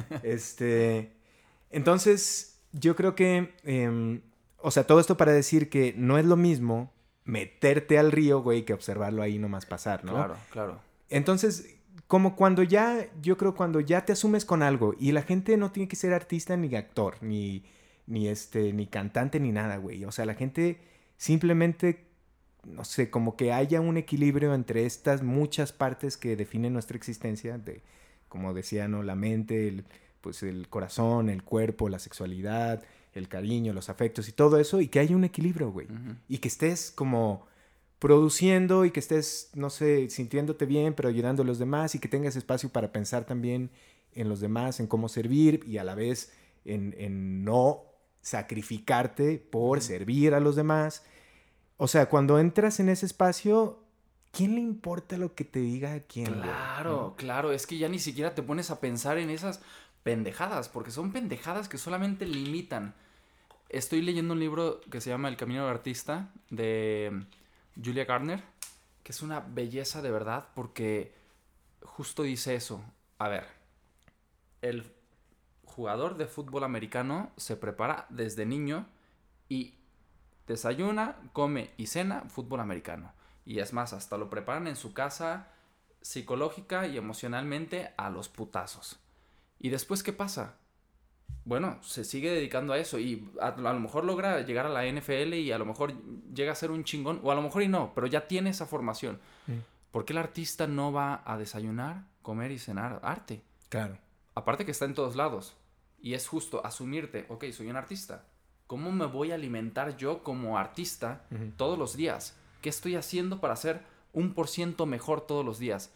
este, entonces, yo creo que, eh, o sea, todo esto para decir que no es lo mismo meterte al río, güey, que observarlo ahí nomás pasar, ¿no? Claro, claro. Entonces, como cuando ya, yo creo cuando ya te asumes con algo y la gente no tiene que ser artista ni actor, ni, ni, este, ni cantante, ni nada, güey. O sea, la gente simplemente... no sé, como que haya un equilibrio entre estas muchas partes que definen nuestra existencia, de, como decía, ¿no? La mente, el, pues el corazón, el cuerpo, la sexualidad, el cariño, los afectos y todo eso, y que haya un equilibrio, güey. Uh-huh. Y que estés como produciendo y que estés, no sé, sintiéndote bien, pero ayudando a los demás y que tengas espacio para pensar también en los demás, en cómo servir y a la vez en, en no sacrificarte por uh-huh. servir a los demás. O sea, cuando entras en ese espacio, ¿quién le importa lo que te diga quién? Claro, ¿no? Claro, es que ya ni siquiera te pones a pensar en esas pendejadas, porque son pendejadas que solamente limitan. Estoy leyendo un libro que se llama El Camino del Artista, de Julia Garner, que es una belleza de verdad, porque justo dice eso. A ver, el jugador de fútbol americano se prepara desde niño y desayuna, come y cena fútbol americano. Y es más, hasta lo preparan en su casa psicológica y emocionalmente a los putazos. ¿Y después qué pasa? Bueno, se sigue dedicando a eso y a, a lo mejor logra llegar a la N F L y a lo mejor llega a ser un chingón, o a lo mejor y no, pero ya tiene esa formación. Mm. ¿Por qué el artista no va a desayunar, comer y cenar arte? Claro. Aparte que está en todos lados. Y es justo asumirte, ok, soy un artista. ¿Cómo me voy a alimentar yo como artista uh-huh. todos los días? ¿Qué estoy haciendo para ser un por ciento mejor todos los días?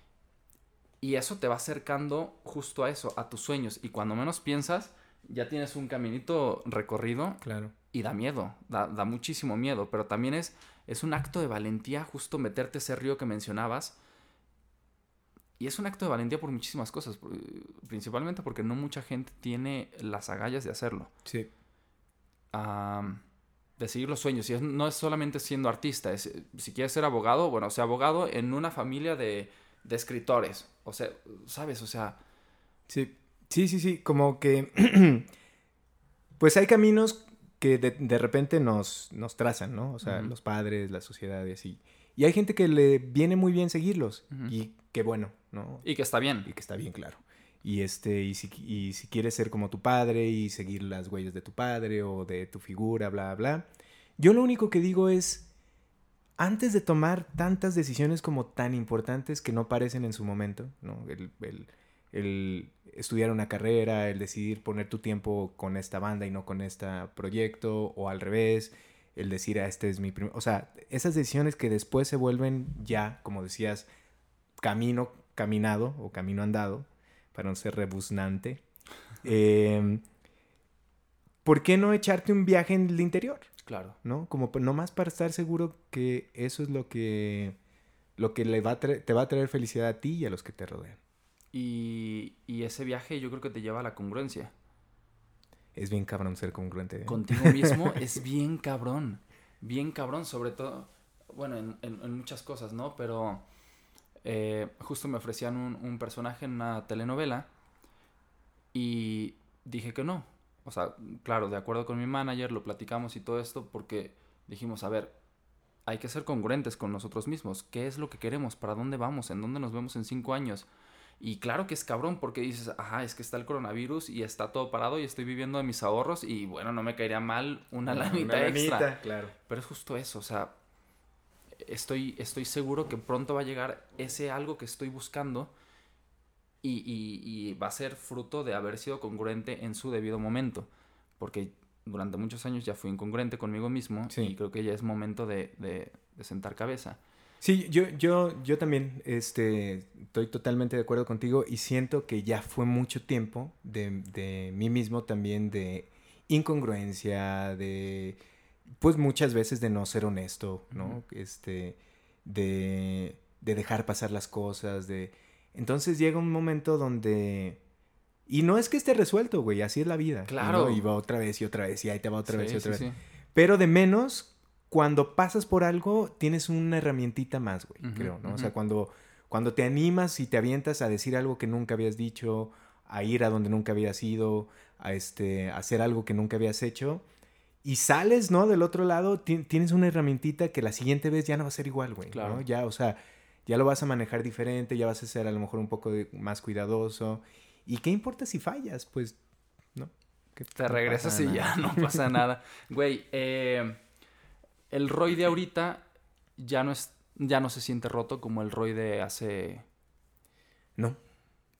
Y eso te va acercando justo a eso, a tus sueños. Y cuando menos piensas, ya tienes un caminito recorrido. Claro. Y da miedo, da, da muchísimo miedo. Pero también es, es un acto de valentía justo meterte ese río que mencionabas. Y es un acto de valentía por muchísimas cosas. Principalmente porque no mucha gente tiene las agallas de hacerlo. Sí. Um, de seguir los sueños. Y es, no es solamente siendo artista. Es, si quieres ser abogado, bueno, o sea, abogado en una familia de... de escritores, o sea, ¿sabes? O sea... Sí, sí, sí, sí, como que... pues hay caminos que de, de repente nos, nos trazan, ¿no? O sea, uh-huh. los padres, la sociedad y así. Y hay gente que le viene muy bien seguirlos. Uh-huh. Y qué bueno, ¿no? Y que está bien. Y que está bien, claro. Y, este, y, si, y si quieres ser como tu padre y seguir las huellas de tu padre o de tu figura, bla, bla. Yo lo único que digo es... antes de tomar tantas decisiones como tan importantes que no parecen en su momento, ¿no? El, el, el estudiar una carrera, el decidir poner tu tiempo con esta banda y no con este proyecto, o al revés, el decir, ah, este es mi primer... O sea, esas decisiones que después se vuelven ya, como decías, camino caminado o camino andado, para no ser rebuznante. Eh, ¿Por qué no echarte un viaje en el interior? Claro. ¿No? Como nomás para estar seguro que eso es lo que, lo que le va a traer, te va a traer felicidad a ti y a los que te rodean. Y, y ese viaje yo creo que te lleva a la congruencia. Es bien cabrón ser congruente, ¿eh? Contigo mismo es bien cabrón. Bien cabrón, sobre todo, bueno, en, en, en muchas cosas, ¿no? Pero eh, justo me ofrecían un, un personaje en una telenovela y dije que no. O sea, claro, de acuerdo con mi manager, lo platicamos y todo esto porque dijimos, a ver, hay que ser congruentes con nosotros mismos. ¿Qué es lo que queremos? ¿Para dónde vamos? ¿En dónde nos vemos en cinco años? Y claro que es cabrón porque dices, ajá, es que está el coronavirus y está todo parado y estoy viviendo de mis ahorros y bueno, no me caería mal una no, lanita una extra. Lanita, claro. Pero es justo eso, o sea, estoy, estoy seguro que pronto va a llegar ese algo que estoy buscando. Y, y, y va a ser fruto de haber sido congruente en su debido momento. Porque durante muchos años ya fui incongruente conmigo mismo. Sí. Y creo que ya es momento de, de, de sentar cabeza. Sí, yo, yo, yo también este, estoy totalmente de acuerdo contigo. Y siento que ya fue mucho tiempo de, de mí mismo también de incongruencia, de... pues muchas veces de no ser honesto, ¿no? Uh-huh. Este, de, de dejar pasar las cosas, de... Entonces llega un momento donde... Y no es que esté resuelto, güey. Así es la vida. Claro. Y, ¿no? Y va otra vez y otra vez. Y ahí te va otra sí, vez y otra sí, vez. Sí. Pero de menos, cuando pasas por algo, tienes una herramientita más, güey. Uh-huh, creo, ¿no? Uh-huh. O sea, cuando, cuando te animas y te avientas a decir algo que nunca habías dicho, a ir a donde nunca habías ido, a, este, a hacer algo que nunca habías hecho... Y sales, ¿no? Del otro lado, t- tienes una herramientita que la siguiente vez ya no va a ser igual, güey. Claro. ¿no? Ya, o sea... ya lo vas a manejar diferente, ya vas a ser a lo mejor un poco de, más cuidadoso. ¿Y qué importa si fallas? Pues, ¿no? Que te no regresas y ya no pasa nada. Güey, eh, el Roy de ahorita ya no, es, ya no se siente roto como el Roy de hace... No.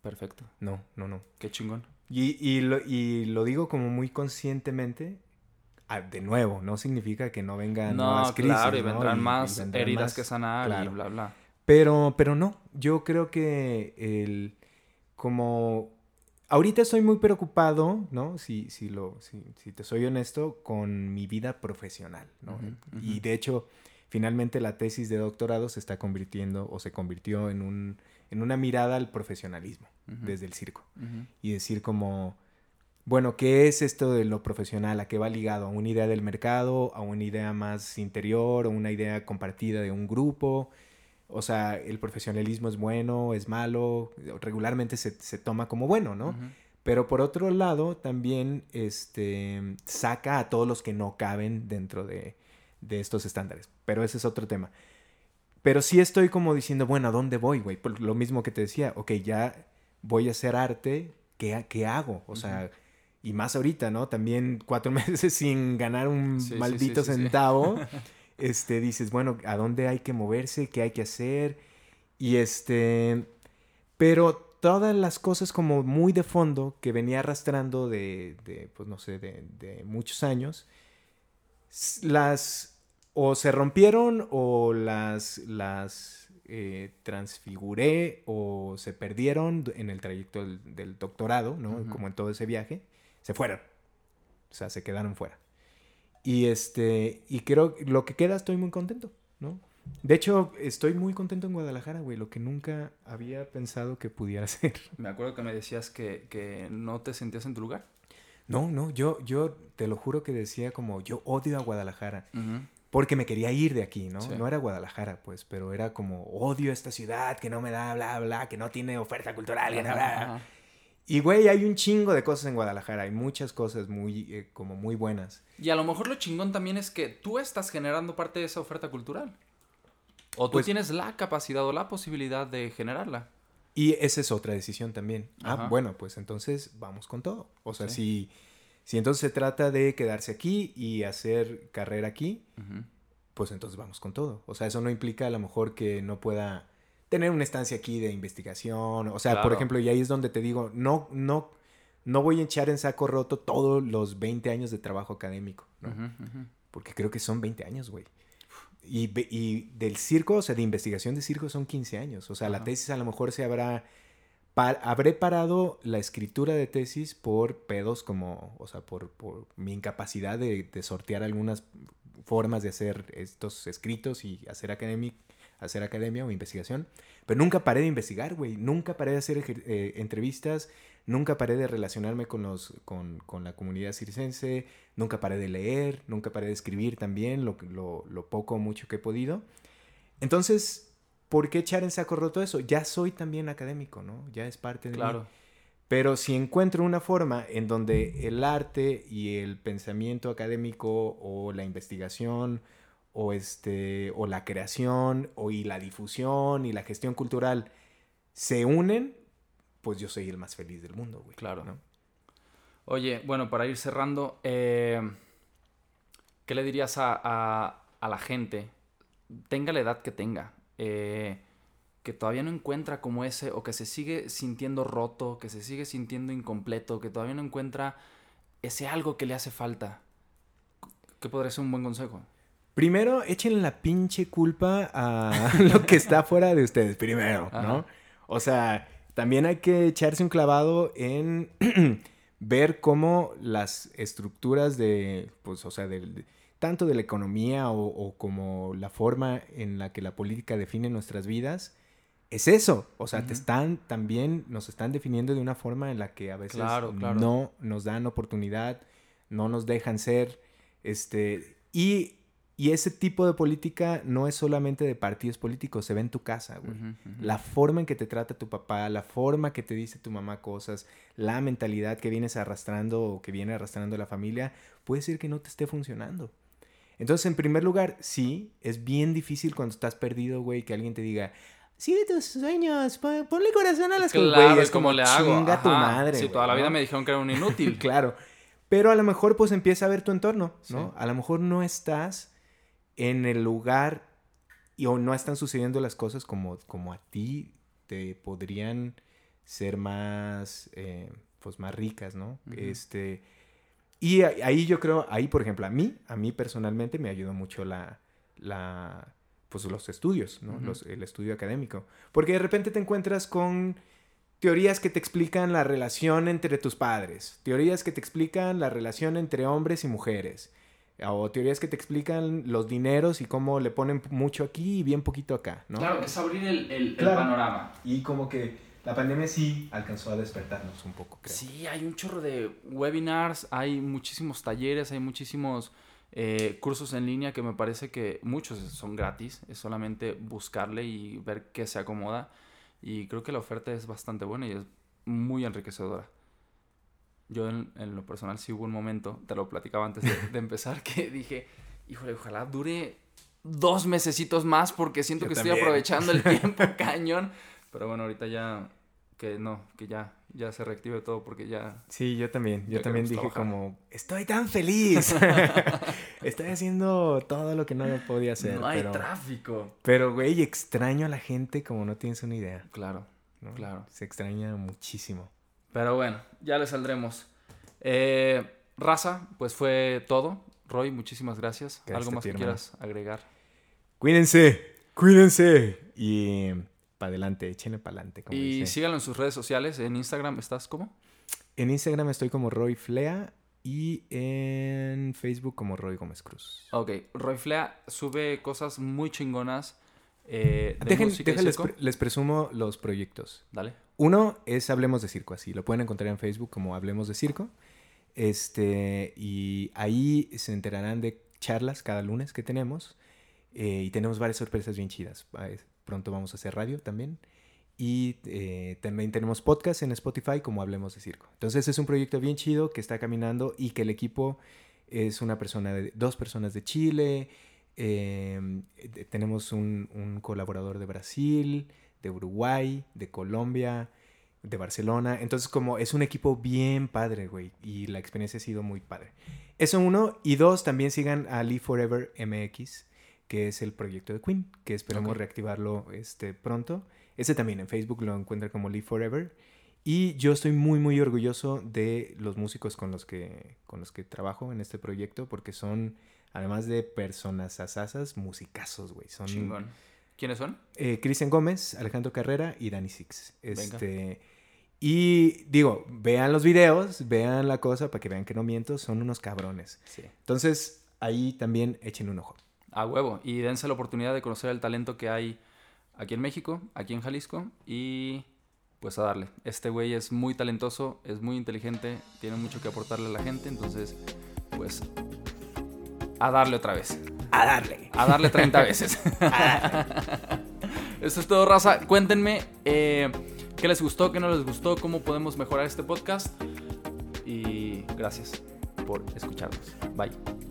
Perfecto. No, no, no. Qué chingón. Y, y, lo, y lo digo como muy conscientemente. Ah, de nuevo, no significa que no vengan No, nuevas crisis, claro, y ¿no? vendrán Y, más y vendrán heridas más, que sanar claro. y bla, bla. Pero, pero no, yo creo que el, como, ahorita estoy muy preocupado, ¿no? Si, si, lo, si, si te soy honesto, con mi vida profesional, ¿no? Uh-huh, uh-huh. Y de hecho, finalmente la tesis de doctorado se está convirtiendo o se convirtió en, un, en una mirada al profesionalismo uh-huh. desde el circo. Uh-huh. Y decir como, bueno, ¿qué es esto de lo profesional? ¿A qué va ligado? ¿A una idea del mercado? ¿A una idea más interior? ¿A una idea compartida de un grupo? O sea, el profesionalismo es bueno, es malo, regularmente se, se toma como bueno, ¿no? Uh-huh. Pero por otro lado, también este, saca a todos los que no caben dentro de, de estos estándares. Pero ese es otro tema. Pero sí estoy como diciendo, bueno, ¿a dónde voy, güey? Por lo mismo que te decía, ok, ya voy a hacer arte, ¿qué, qué hago? O sea, uh-huh. y más ahorita, ¿no? También cuatro meses sin ganar un sí, maldito sí, sí, centavo. Sí, sí. Este, dices, bueno, ¿a dónde hay que moverse? ¿Qué hay que hacer? Y este... Pero todas las cosas como muy de fondo que venía arrastrando de, de pues no sé, de, de muchos años, las o se rompieron o las, las eh, transfiguré o se perdieron en el trayecto del, del doctorado, ¿no? Uh-huh. Como en todo ese viaje, se fueron. O sea, se quedaron fuera. Y este, y creo que lo que queda estoy muy contento, ¿no? De hecho, estoy muy contento en Guadalajara, güey, lo que nunca había pensado que pudiera ser. Me acuerdo que me decías que, que no te sentías en tu lugar. No, no, yo, yo te lo juro que decía como, yo odio a Guadalajara. Uh-huh. Porque me quería ir de aquí, ¿no? Sí. No era Guadalajara, pues, pero era como, odio esta ciudad que no me da bla, bla, que no tiene oferta cultural, que no, bla, bla. Y, güey, hay un chingo de cosas en Guadalajara. Hay muchas cosas muy, eh, como muy buenas. Y a lo mejor lo chingón también es que tú estás generando parte de esa oferta cultural. O tú pues, tienes la capacidad o la posibilidad de generarla. Y esa es otra decisión también. Ajá. Ah, bueno, pues entonces vamos con todo. O sea, sí. si, si entonces se trata de quedarse aquí y hacer carrera aquí, uh-huh. pues entonces vamos con todo. O sea, eso no implica a lo mejor que no pueda tener una estancia aquí de investigación. O sea, claro. por ejemplo, y ahí es donde te digo, no, no, no voy a echar en saco roto todos los veinte años de trabajo académico, ¿no? Uh-huh, uh-huh. Porque creo que son veinte años, güey. Y, y del circo, o sea, de investigación de circo son quince años. O sea, uh-huh. la tesis a lo mejor se habrá... Pa- habré parado la escritura de tesis por pedos como... O sea, por, por mi incapacidad de, de sortear algunas formas de hacer estos escritos y hacer academia, hacer academia o investigación. Pero nunca paré de investigar, güey. Nunca paré de hacer eh, entrevistas. Nunca paré de relacionarme con, los, con, con la comunidad circense. Nunca paré de leer. Nunca paré de escribir también lo, lo, lo poco o mucho que he podido. Entonces, ¿por qué echar en saco roto eso? Ya soy también académico, ¿no? Ya es parte de claro. mí. Pero si encuentro una forma en donde el arte y el pensamiento académico o la investigación o, este, o la creación o y la difusión y la gestión cultural se unen, pues yo soy el más feliz del mundo, güey. Claro. ¿no? Oye, bueno, para ir cerrando, eh, ¿qué le dirías a, a, a la gente? Tenga la edad que tenga, eh, que todavía no encuentra como ese, o que se sigue sintiendo roto, que se sigue sintiendo incompleto, que todavía no encuentra ese algo que le hace falta. ¿Qué podría ser un buen consejo? Primero, échenle la pinche culpa a lo que está fuera de ustedes, primero, ¿no? Ajá. O sea, también hay que echarse un clavado en ver cómo las estructuras de, pues, o sea, de, tanto de la economía o, o como la forma en la que la política define nuestras vidas, es eso. O sea, uh-huh. te están también, nos están definiendo de una forma en la que a veces claro, claro. no nos dan oportunidad, no nos dejan ser, este, y... Y ese tipo de política no es solamente de partidos políticos, se ve en tu casa, güey. Uh-huh, uh-huh. La forma en que te trata tu papá, la forma que te dice tu mamá cosas, la mentalidad que vienes arrastrando o que viene arrastrando la familia, puede ser que no te esté funcionando. Entonces, en primer lugar, sí, es bien difícil cuando estás perdido, güey, que alguien te diga, sigue tus sueños, pon, ponle corazón a las cosas. Claro, güey, es como como le hago. Chinga Ajá. tu madre, Sí, güey, toda la vida ¿no? me dijeron que era un inútil. Claro. Pero a lo mejor, pues, empieza a ver tu entorno, ¿no? Sí. A lo mejor no estás en el lugar y o no están sucediendo las cosas como, como a ti te podrían ser más, eh, pues más ricas, ¿no? Uh-huh. Este, y ahí yo creo, ahí por ejemplo, a mí, a mí personalmente me ayudó mucho la, la pues los estudios, ¿no? Uh-huh. Los, el estudio académico. Porque de repente te encuentras con teorías que te explican la relación entre tus padres, teorías que te explican la relación entre hombres y mujeres, o teorías que te explican los dineros y cómo le ponen mucho aquí y bien poquito acá, ¿no? Claro, es abrir el, el, claro. el panorama. Y como que la pandemia sí alcanzó a despertarnos un poco, creo. Sí, hay un chorro de webinars, hay muchísimos talleres, hay muchísimos eh, cursos en línea que me parece que muchos son gratis, es solamente buscarle y ver qué se acomoda. Y creo que la oferta es bastante buena y es muy enriquecedora. Yo en, en lo personal sí hubo un momento, te lo platicaba antes de, de empezar, que dije, híjole, ojalá dure dos mesecitos más porque siento Yo que también. Estoy aprovechando el tiempo cañón. Pero bueno, ahorita ya, que no, que ya, ya se reactive todo porque ya... Sí, yo también, yo también dije como, estoy tan feliz. Estoy haciendo todo lo que no podía hacer. No hay pero, tráfico. Pero, güey, extraño a la gente como no tienes una idea. Claro, ¿no? Claro. Se extraña muchísimo. Pero bueno, ya le saldremos. Eh, raza, pues fue todo. Roy, muchísimas gracias. gracias ¿Algo más que quieras agregar? Cuídense, cuídense. Y para adelante, échenle para adelante. Y dice. Síganlo en sus redes sociales. En Instagram, ¿estás cómo? En Instagram estoy como Roy Flea. Y en Facebook como Roy Gómez Cruz. Ok, Roy Flea sube cosas muy chingonas eh, de Dejen, música déjales, y circo. Les presumo los proyectos. Dale. Uno es Hablemos de Circo, así. Lo pueden encontrar en Facebook como Hablemos de Circo. Este, y ahí se enterarán de charlas cada lunes que tenemos. Eh, y tenemos varias sorpresas bien chidas. Pronto vamos a hacer radio también. Y eh, también tenemos podcast en Spotify como Hablemos de Circo. Entonces es un proyecto bien chido que está caminando y que el equipo es una persona de, dos personas de Chile. Eh, tenemos un, un colaborador de Brasil, de Uruguay, de Colombia, de Barcelona. Entonces como es un equipo bien padre, güey. Y la experiencia ha sido muy padre. Eso uno. Y dos, también sigan a Live Forever M X, que es el proyecto de Queen, que esperamos okay. reactivarlo este, pronto. Ese también en Facebook lo encuentra como Live Forever. Y yo estoy muy, muy orgulloso de los músicos con los que, con los que trabajo en este proyecto, porque son, además de personas asasas, musicazos, güey. Son chingón. ¿Quiénes son? Eh, Cristian Gómez, Alejandro Carrera y Dani Six. Este, y digo, vean los videos, vean la cosa para que vean que no miento, son unos cabrones. Sí. Entonces, ahí también echen un ojo. A huevo. Y dense la oportunidad de conocer el talento que hay aquí en México, aquí en Jalisco, y pues a darle. Este güey es muy talentoso, es muy inteligente, tiene mucho que aportarle a la gente, entonces, pues, a darle otra vez. A darle. A darle treinta veces. Eso es todo, raza. Cuéntenme eh, qué les gustó, qué no les gustó, cómo podemos mejorar este podcast. Y gracias por escucharnos. Bye.